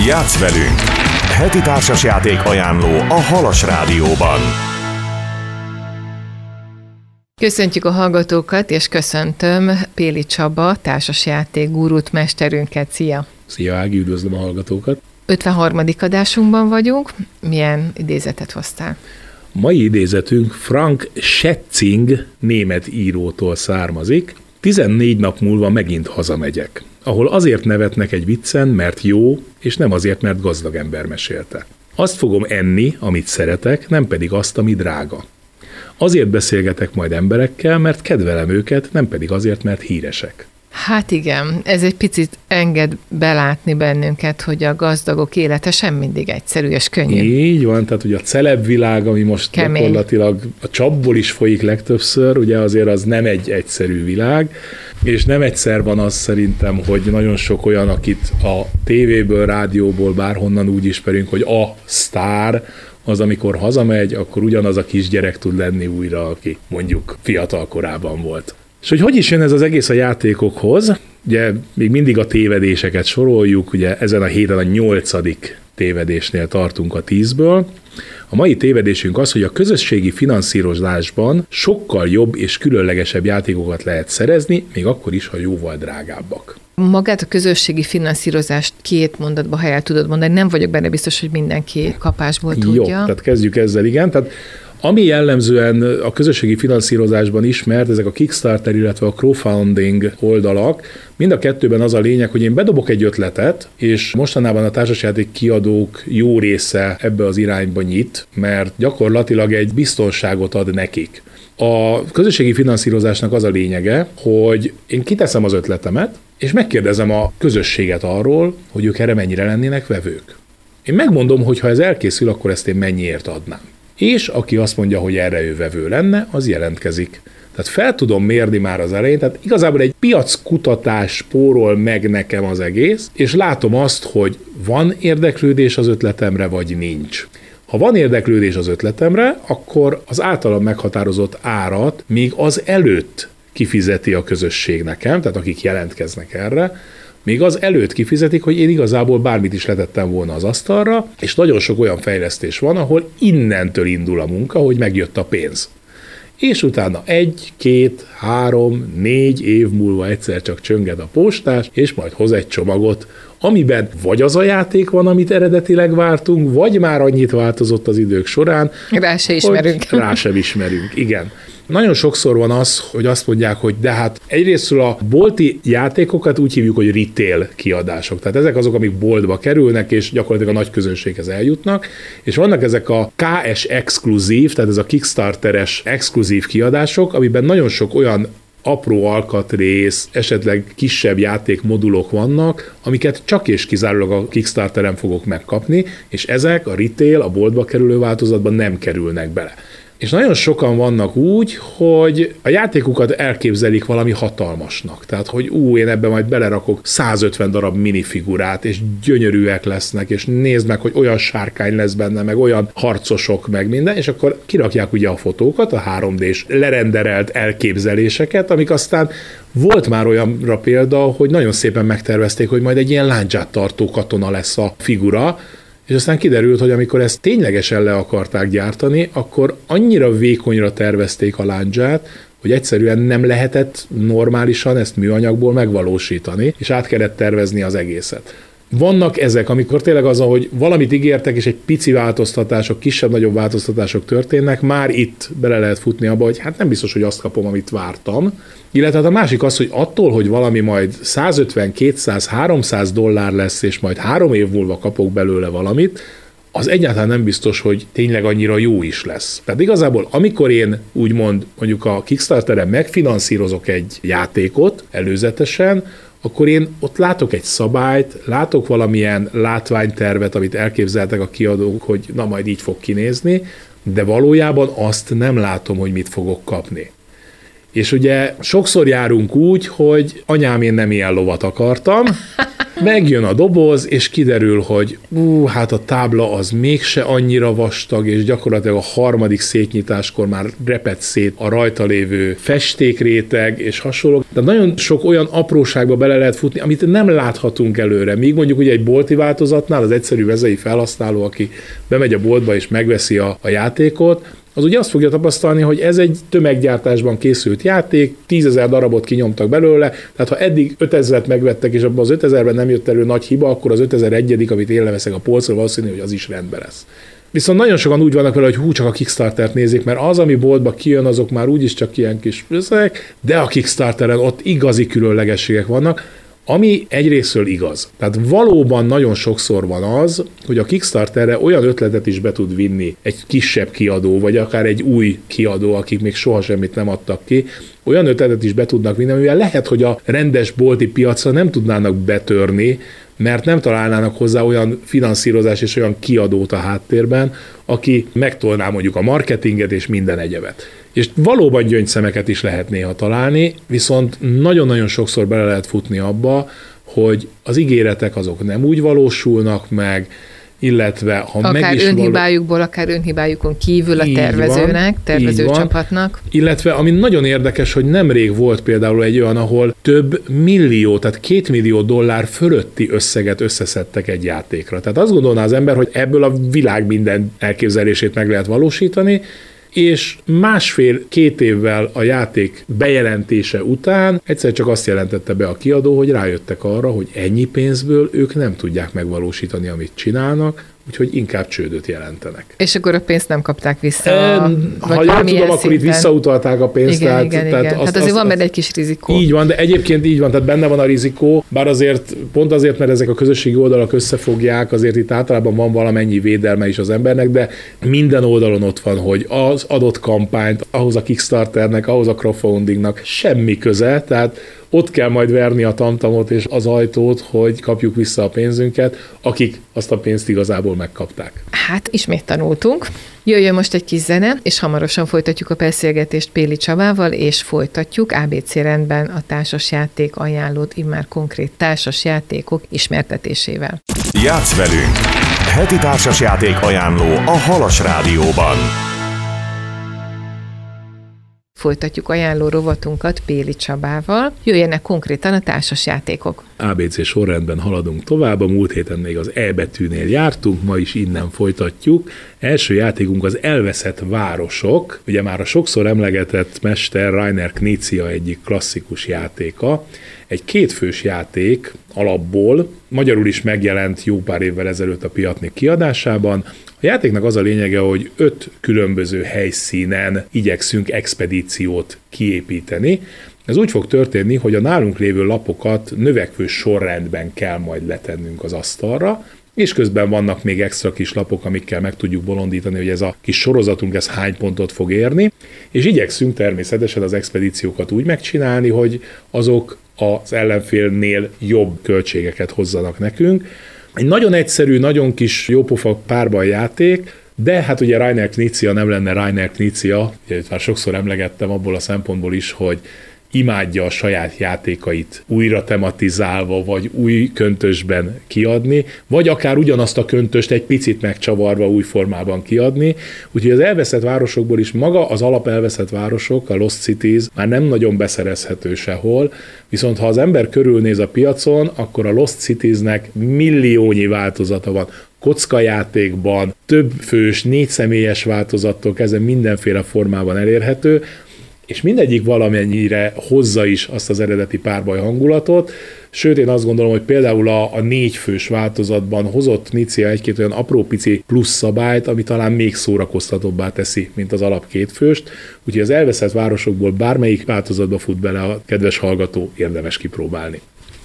Játsz velünk! Heti társasjáték ajánló a Halas Rádióban. Köszöntjük a hallgatókat, és köszöntöm Péli Csaba, társasjáték gurút, mesterünket. Szia! Szia Ági, üdvözlöm a hallgatókat! 53. adásunkban vagyunk. Milyen idézetet hoztál? Mai idézetünk Frank Schätzing német írótól származik. 14 nap múlva megint hazamegyek, ahol azért nevetnek egy viccen, mert jó, és nem azért, mert gazdag ember mesélte. Azt fogom enni, amit szeretek, nem pedig azt, ami drága. Azért beszélgetek majd emberekkel, mert kedvelem őket, nem pedig azért, mert híresek. Hát igen, ez egy picit enged belátni bennünket, hogy a gazdagok élete sem mindig egyszerű és könnyű. Így van, tehát ugye a celeb világ, ami most kemény. Gyakorlatilag a csapból is folyik legtöbbször, ugye azért az nem egy egyszerű világ, és nem egyszer van az szerintem, hogy nagyon sok olyan, akit a tévéből, rádióból, bárhonnan úgy ismerünk, hogy a sztár, az amikor hazamegy, akkor ugyanaz a kisgyerek tud lenni újra, aki mondjuk fiatal korában volt. És hogy is jön ez az egész a játékokhoz? Ugye még mindig a tévedéseket soroljuk, ugye ezen a héten a 8. tévedésnél tartunk a 10-ből. A mai tévedésünk az, hogy a közösségi finanszírozásban sokkal jobb és különlegesebb játékokat lehet szerezni, még akkor is, ha jóval drágábbak. Magát a közösségi finanszírozást 2 mondatba, ha el tudod mondani, nem vagyok benne biztos, hogy mindenki kapásból tudja. Jó, tehát kezdjük ezzel, igen. Tehát ami jellemzően a közösségi finanszírozásban ismert, ezek a Kickstarter, illetve a crowdfunding oldalak, mind a kettőben az a lényeg, hogy én bedobok egy ötletet, és mostanában a társasjáték kiadók jó része ebbe az irányba nyit, mert gyakorlatilag egy biztonságot ad nekik. A közösségi finanszírozásnak az a lényege, hogy én kiteszem az ötletemet, és megkérdezem a közösséget arról, hogy ők erre mennyire lennének vevők. Én megmondom, hogy ha ez elkészül, akkor ezt én mennyiért adnám. És aki azt mondja, hogy erre ő vevő lenne, az jelentkezik. Tehát fel tudom mérni már az elején, tehát igazából egy piackutatás spórol meg nekem az egész, és látom azt, hogy van érdeklődés az ötletemre, vagy nincs. Ha van érdeklődés az ötletemre, akkor az általam meghatározott árat még az előtt kifizeti a közösség nekem, tehát akik jelentkeznek erre, még az előtt kifizetik, hogy én igazából bármit is letettem volna az asztalra, és nagyon sok olyan fejlesztés van, ahol innentől indul a munka, hogy megjött a pénz. És utána 1, 2, 3, 4 év múlva egyszer csak csönged a postás, és majd hoz egy csomagot, amiben vagy az a játék van, amit eredetileg vártunk, vagy már annyit változott az idők során, rá se ismerünk, igen. Nagyon sokszor van az, hogy azt mondják, hogy de hát egyrésztről a bolti játékokat úgy hívjuk, hogy retail kiadások. Tehát ezek azok, amik boltba kerülnek, és gyakorlatilag a nagy közönséghez eljutnak, és vannak ezek a KS exkluzív, tehát ez a Kickstarteres exkluzív kiadások, amiben nagyon sok olyan apró alkatrész, esetleg kisebb játékmodulok vannak, amiket csak és kizárólag a Kickstarteren fogok megkapni, és ezek a retail, a boltba kerülő változatban nem kerülnek bele. És nagyon sokan vannak úgy, hogy a játékukat elképzelik valami hatalmasnak. Tehát, hogy én ebbe majd belerakok 150 darab minifigurát, és gyönyörűek lesznek, és nézd meg, hogy olyan sárkány lesz benne, meg olyan harcosok, meg minden, és akkor kirakják ugye a fotókat, a 3D-s lerenderelt elképzeléseket, amik aztán volt már olyanra példa, hogy nagyon szépen megtervezték, hogy majd egy ilyen lándzsát tartó katona lesz a figura, és aztán kiderült, hogy amikor ezt ténylegesen le akarták gyártani, akkor annyira vékonyra tervezték a lándzsát, hogy egyszerűen nem lehetett normálisan ezt műanyagból megvalósítani, és át kellett tervezni az egészet. Vannak ezek, amikor tényleg az, hogy valamit ígértek, és egy pici változtatások, kisebb-nagyobb változtatások történnek, már itt bele lehet futni abba, hogy hát nem biztos, hogy azt kapom, amit vártam. Illetve a másik az, hogy attól, hogy valami majd 150, 200, 300 dollár lesz, és majd 3 év múlva kapok belőle valamit, az egyáltalán nem biztos, hogy tényleg annyira jó is lesz. Tehát igazából, amikor én úgymond mondjuk a Kickstarteren megfinanszírozok egy játékot előzetesen, akkor én ott látok egy szabályt, látok valamilyen látványtervet, amit elképzeltek a kiadók, hogy na majd így fog kinézni, de valójában azt nem látom, hogy mit fogok kapni. És ugye sokszor járunk úgy, hogy anyám, én nem ilyen lovat akartam, Megjön a doboz, és kiderül, hogy hát a tábla az mégse annyira vastag, és gyakorlatilag a harmadik szétnyitáskor már reped szét a rajta lévő festékréteg, és hasonlók. De nagyon sok olyan apróságba bele lehet futni, amit nem láthatunk előre. Míg mondjuk ugye egy bolti változatnál az egyszerű vezei felhasználó, aki bemegy a boltba és megveszi a játékot, az ugye azt fogja tapasztalni, hogy ez egy tömeggyártásban készült játék, 10 000 darabot kinyomtak belőle, tehát ha eddig 5000-et megvettek, és abban az 5000-ben nem jött elő nagy hiba, akkor az 5001, amit én leveszek a polcról, valószínű, hogy az is rendben lesz. Viszont nagyon sokan úgy vannak vele, hogy csak a Kickstartert nézik, mert az, ami boltba kijön, azok már úgyis csak ilyen kis összegek, de a Kickstarteren ott igazi különlegességek vannak, ami egyrésztől igaz. Tehát valóban nagyon sokszor van az, hogy a Kickstarterre olyan ötletet is be tud vinni egy kisebb kiadó, vagy akár egy új kiadó, akik még soha semmit nem adtak ki, olyan ötletet is be tudnak vinni, amivel lehet, hogy a rendes bolti piacra nem tudnának betörni, mert nem találnának hozzá olyan finanszírozás és olyan kiadót a háttérben, aki megtolná mondjuk a marketinget és minden egyebet. És valóban gyöngyszemeket is lehet néha találni, viszont nagyon-nagyon sokszor bele lehet futni abba, hogy az ígéretek azok nem úgy valósulnak meg, illetve ha akár meg is önhibájukból, akár önhibájukon kívül a tervező csapatnak. Illetve ami nagyon érdekes, hogy nemrég volt például egy olyan, ahol több millió, tehát $2 millió fölötti összeget összeszedtek egy játékra. Tehát azt gondolná az ember, hogy ebből a világ minden elképzelését meg lehet valósítani, és 1,5-2 évvel a játék bejelentése után egyszer csak azt jelentette be a kiadó, hogy rájöttek arra, hogy ennyi pénzből ők nem tudják megvalósítani, amit csinálnak, úgyhogy inkább csődöt jelentenek. És akkor a pénzt nem kapták vissza? Ha jól tudom, akkor itt visszautalták a pénzt. Igen. Tehát azért van benne egy kis rizikó. Így van, de egyébként így van, tehát benne van a rizikó, bár azért, pont azért, mert ezek a közösségi oldalak összefogják, azért itt általában van valamennyi védelme is az embernek, de minden oldalon ott van, hogy az adott kampányt, ahhoz a Kickstarternek, ahhoz a crowdfundingnak semmi köze, tehát ott kell majd verni a tamtamot és az ajtót, hogy kapjuk vissza a pénzünket, akik azt a pénzt igazából megkapták. Hát ismét tanultunk. Jöjjön most egy kis zene, és hamarosan folytatjuk a beszélgetést Péli Csabával, és folytatjuk ABC rendben a társasjáték ajánlót, immár konkrét társasjátékok ismertetésével. Játsz velünk! Heti társasjáték ajánló a Halas Rádióban. Folytatjuk ajánló rovatunkat Péli Csabával. Jöjjenek konkrétan a társasjátékok. ABC sorrendben haladunk tovább, a múlt héten még az E betűnél jártunk, ma is innen folytatjuk. Első játékunk az Elveszett városok, ugye már a sokszor emlegetett mester Rainer Knizia egyik klasszikus játéka. Egy 2 fős játék alapból, magyarul is megjelent jó pár évvel ezelőtt a Piatnik kiadásában. A játéknak az a lényege, hogy 5 különböző helyszínen igyekszünk expedíciót kiépíteni. Ez úgy fog történni, hogy a nálunk lévő lapokat növekvő sorrendben kell majd letennünk az asztalra, és közben vannak még extra kis lapok, amikkel meg tudjuk bolondítani, hogy ez a kis sorozatunk ez hány pontot fog érni, és igyekszünk természetesen az expedíciókat úgy megcsinálni, hogy azok az ellenfélnél jobb költségeket hozzanak nekünk. Egy nagyon egyszerű, nagyon kis jópofa párbaj játék, de hát ugye Rainer Knizia nem lenne Rainer Knizia, ugye már sokszor emlegettem abból a szempontból is, hogy imádja a saját játékait újra tematizálva, vagy új köntösben kiadni, vagy akár ugyanazt a köntöst egy picit megcsavarva új formában kiadni. Úgyhogy az elveszett városokból is maga az alap elveszett városok, a Lost Cities már nem nagyon beszerezhető sehol, viszont ha az ember körülnéz a piacon, akkor a Lost Citiesnek milliónyi változata van. Kockajátékban, több fős, 4 személyes változattól kezdve mindenféle formában elérhető, és mindegyik valamennyire hozza is azt az eredeti párbaj hangulatot, sőt én azt gondolom, hogy például a 4 fős változatban hozott Knizia egy-két olyan apró pici plusz szabályt, ami talán még szórakoztatóbbá teszi, mint az alap 2 főst, úgyhogy az elveszett városokból bármelyik változatba fut bele a kedves hallgató, érdemes kipróbálni.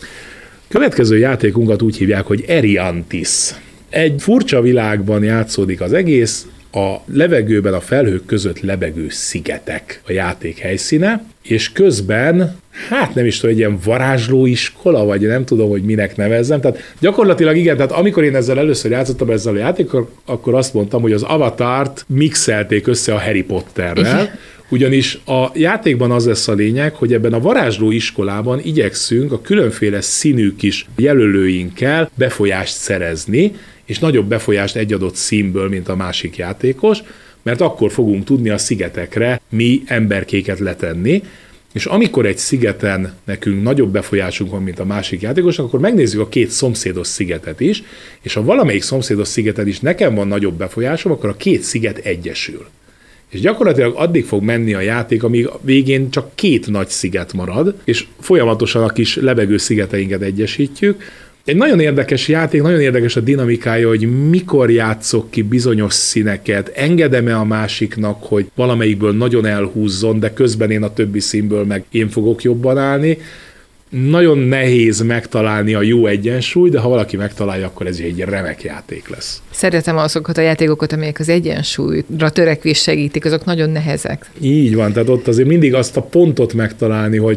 Következő játékunkat úgy hívják, hogy Eriantis. Egy furcsa világban játszódik az egész, a levegőben a felhők között lebegő szigetek a játék helyszíne, és közben, hát nem is tudom, egy ilyen varázslóiskola, vagy nem tudom, hogy minek nevezzem. Tehát gyakorlatilag igen, tehát amikor én ezzel először játszottam ezzel a játékkal, akkor azt mondtam, hogy az Avatart mixelték össze a Harry Potterrel, Ugyanis a játékban az lesz a lényeg, hogy ebben a varázsló iskolában igyekszünk a különféle színű kis jelölőinkkel befolyást szerezni, és nagyobb befolyást egy adott színből, mint a másik játékos, mert akkor fogunk tudni a szigetekre mi emberkéket letenni, és amikor egy szigeten nekünk nagyobb befolyásunk van, mint a másik játékos, akkor megnézzük a két szomszédos szigetet is, és ha valamelyik szomszédos szigeten is nekem van nagyobb befolyásom, akkor a két sziget egyesül. És gyakorlatilag addig fog menni a játék, amíg a végén csak két nagy sziget marad, és folyamatosan a kis lebegő szigeteinket egyesítjük. Egy nagyon érdekes játék, nagyon érdekes a dinamikája, hogy mikor játszok ki bizonyos színeket, engedem-e a másiknak, hogy valamelyikből nagyon elhúzzon, de közben én a többi színből meg én fogok jobban állni. Nagyon nehéz megtalálni a jó egyensúlyt, de ha valaki megtalálja, akkor ez egy remek játék lesz. Szeretem azokat a játékokat, amelyek az egyensúlyra törekvés segítik, azok nagyon nehezek. Így van, tehát ott azért mindig azt a pontot megtalálni, hogy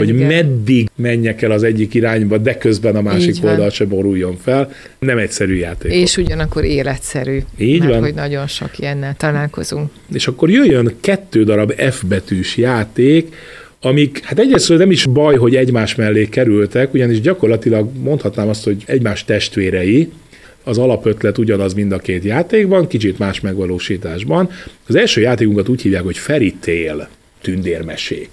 meddig menjek el az egyik irányba, de közben a másik oldal se boruljon fel. Nem egyszerű játék. És ugyanakkor életszerű. Így mert van. Hogy nagyon sok ilyennel találkozunk. És akkor jöjjön 2 darab F betűs játék, amik, hát egyrészt nem is baj, hogy egymás mellé kerültek, ugyanis gyakorlatilag mondhatnám azt, hogy egymás testvérei, az alapötlet ugyanaz mind a két játékban, kicsit más megvalósításban. Az első játékunkat úgy hívják, hogy Fairy Tail, tündérmesék.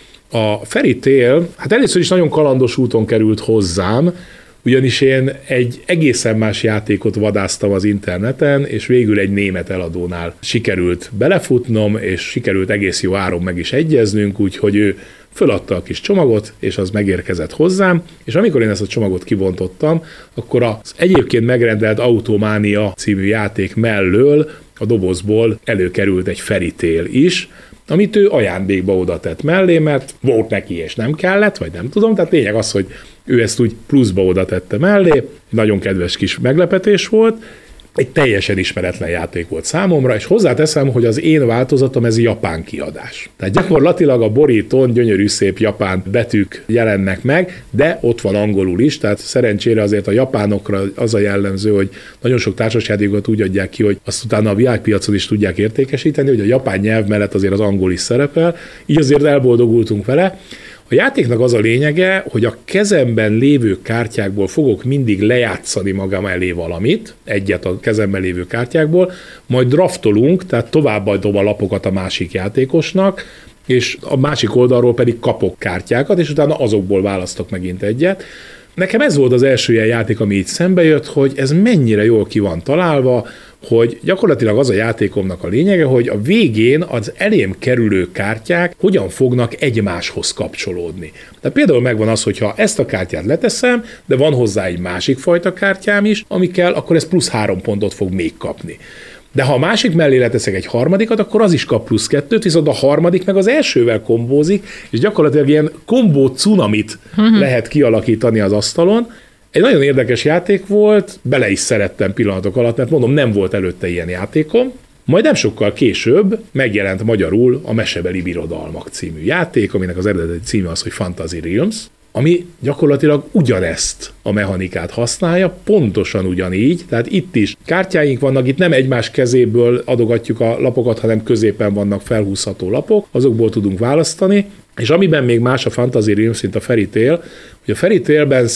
A Fairy Tail, hát először is nagyon kalandos úton került hozzám, ugyanis én egy egészen más játékot vadásztam az interneten, és végül egy német eladónál sikerült belefutnom, és sikerült egész jó áron meg is egyeznünk, úgyhogy ő föladta a kis csomagot, és az megérkezett hozzám, és amikor én ezt a csomagot kibontottam, akkor az egyébként megrendelt Autománia című játék mellől a dobozból előkerült egy Fairy Tail is, amit ő ajándékba oda tett mellé, mert volt neki és nem kellett, vagy nem tudom, tehát lényeg az, hogy ő ezt úgy pluszba oda tette mellé, nagyon kedves kis meglepetés volt, egy teljesen ismeretlen játék volt számomra, és hozzáteszem, hogy az én változatom ez japán kiadás. Tehát gyakorlatilag a borítón gyönyörű szép japán betűk jelennek meg, de ott van angolul is, tehát szerencsére azért a japánokra az a jellemző, hogy nagyon sok társasjátékot úgy adják ki, hogy azt utána a világpiacon is tudják értékesíteni, hogy a japán nyelv mellett azért az angol is szerepel, így azért elboldogultunk vele. A játéknak az a lényege, hogy a kezemben lévő kártyákból fogok mindig lejátszani magam elé valamit, egyet a kezemben lévő kártyákból, majd draftolunk, tehát továbbadom a lapokat a másik játékosnak, és a másik oldalról pedig kapok kártyákat, és utána azokból választok megint egyet. Nekem ez volt az első ilyen játék, ami így szembe jött, hogy ez mennyire jól ki van találva, hogy gyakorlatilag az a játékomnak a lényege, hogy a végén az elém kerülő kártyák hogyan fognak egymáshoz kapcsolódni. Tehát például megvan az, hogy ha ezt a kártyát leteszem, de van hozzá egy másik fajta kártyám is, ami kell, akkor ez plusz 3 pontot fog még kapni. De ha a másik mellé leteszek egy harmadikat, akkor az is kap plusz 2, viszont a harmadik meg az elsővel kombózik, és gyakorlatilag ilyen kombó cunamit lehet kialakítani az asztalon. Egy nagyon érdekes játék volt, bele is szerettem pillanatok alatt, mert mondom, nem volt előtte ilyen játékom. Majd nem sokkal később megjelent magyarul a Mesebeli Birodalmak című játék, aminek az eredeti címe az, hogy Fantasy Realms, ami gyakorlatilag ugyanezt a mechanikát használja, pontosan ugyanígy, tehát itt is kártyáink vannak, itt nem egymás kezéből adogatjuk a lapokat, hanem középen vannak felhúzható lapok, azokból tudunk választani, és amiben még más a Fantasy Realms, mint a Fairy Tail, hogy a Fairy Tailben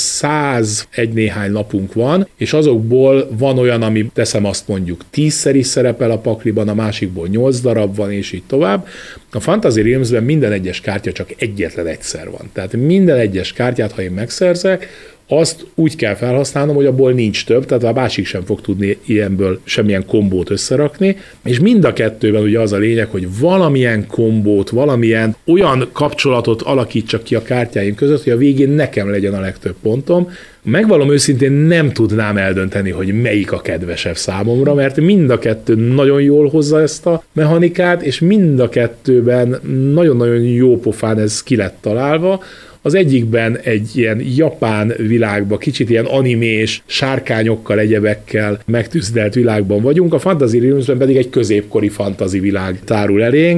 101 néhány lapunk van, és azokból van olyan, ami teszem azt mondjuk 10-szer is szerepel a pakliban, a másikból 8 darab van, és így tovább. A Fantasy Realmsben minden egyes kártya csak egyetlen egyszer van. Tehát minden egyes kártyát, ha én megszerzek, azt úgy kell felhasználnom, hogy abból nincs több, tehát a másik sem fog tudni ilyenből semmilyen kombót összerakni, és mind a kettőben ugye az a lényeg, hogy valamilyen kombót, valamilyen olyan kapcsolatot alakítsak ki a kártyáim között, hogy a végén nekem legyen a legtöbb pontom. Megvallom őszintén, nem tudnám eldönteni, hogy melyik a kedvesebb számomra, mert mind a kettő nagyon jól hozza ezt a mechanikát, és mind a kettőben nagyon-nagyon jó pofán ez ki lett találva. Az egyikben egy ilyen japán világban, kicsit ilyen animés, sárkányokkal, egyebekkel megtűzdelt világban vagyunk, a Fantasy Realmsben pedig egy középkori fantasy világ tárul elénk.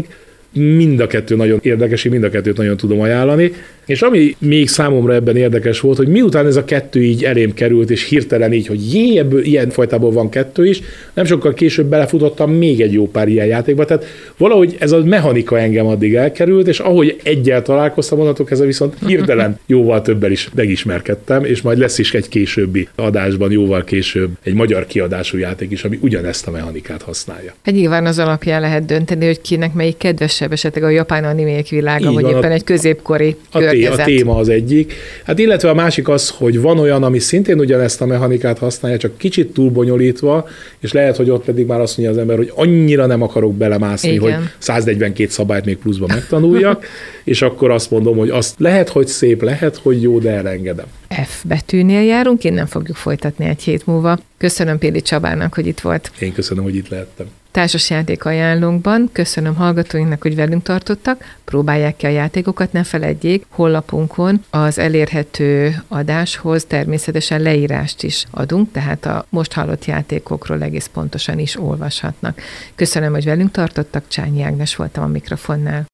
Mind a kettő nagyon érdekes, mind a kettőt nagyon tudom ajánlani. És ami még számomra ebben érdekes volt, hogy miután ez a kettő így elém került, és hirtelen így, hogy ebből ilyen fajtából van kettő is, nem sokkal később belefutottam még egy jó pár ilyen játékba. Tehát valahogy ez a mechanika engem addig elkerült, és ahogy egyel találkoztam, onnantól ezzel viszont hirtelen jóval többel is megismerkedtem, és majd lesz is egy későbbi adásban, jóval később egy magyar kiadású játék is, ami ugyanezt a mechanikát használja. Nyilván az alapján lehet dönteni, hogy kinek melyik kedvesebb, esetleg a japán animék világa, Így vagy van, éppen egy középkori a téma az egyik. Hát illetve a másik az, hogy van olyan, ami szintén ugyanezt a mechanikát használja, csak kicsit túl bonyolítva, és lehet, hogy ott pedig már azt mondja az ember, hogy annyira nem akarok belemászni, igen, hogy 142 szabályt még pluszban megtanuljak, és akkor azt mondom, hogy azt lehet, hogy szép, lehet, hogy jó, de elengedem. F betűnél járunk, innen fogjuk folytatni egy hét múlva. Köszönöm Péli Csabának, hogy itt volt. Én köszönöm, hogy itt lehettem. Társasjáték ajánlónkban köszönöm hallgatóinknak, hogy velünk tartottak, próbálják ki a játékokat, ne feledjék, honlapunkon az elérhető adáshoz természetesen leírást is adunk, tehát a most hallott játékokról egész pontosan is olvashatnak. Köszönöm, hogy velünk tartottak, Csányi Ágnes voltam a mikrofonnál.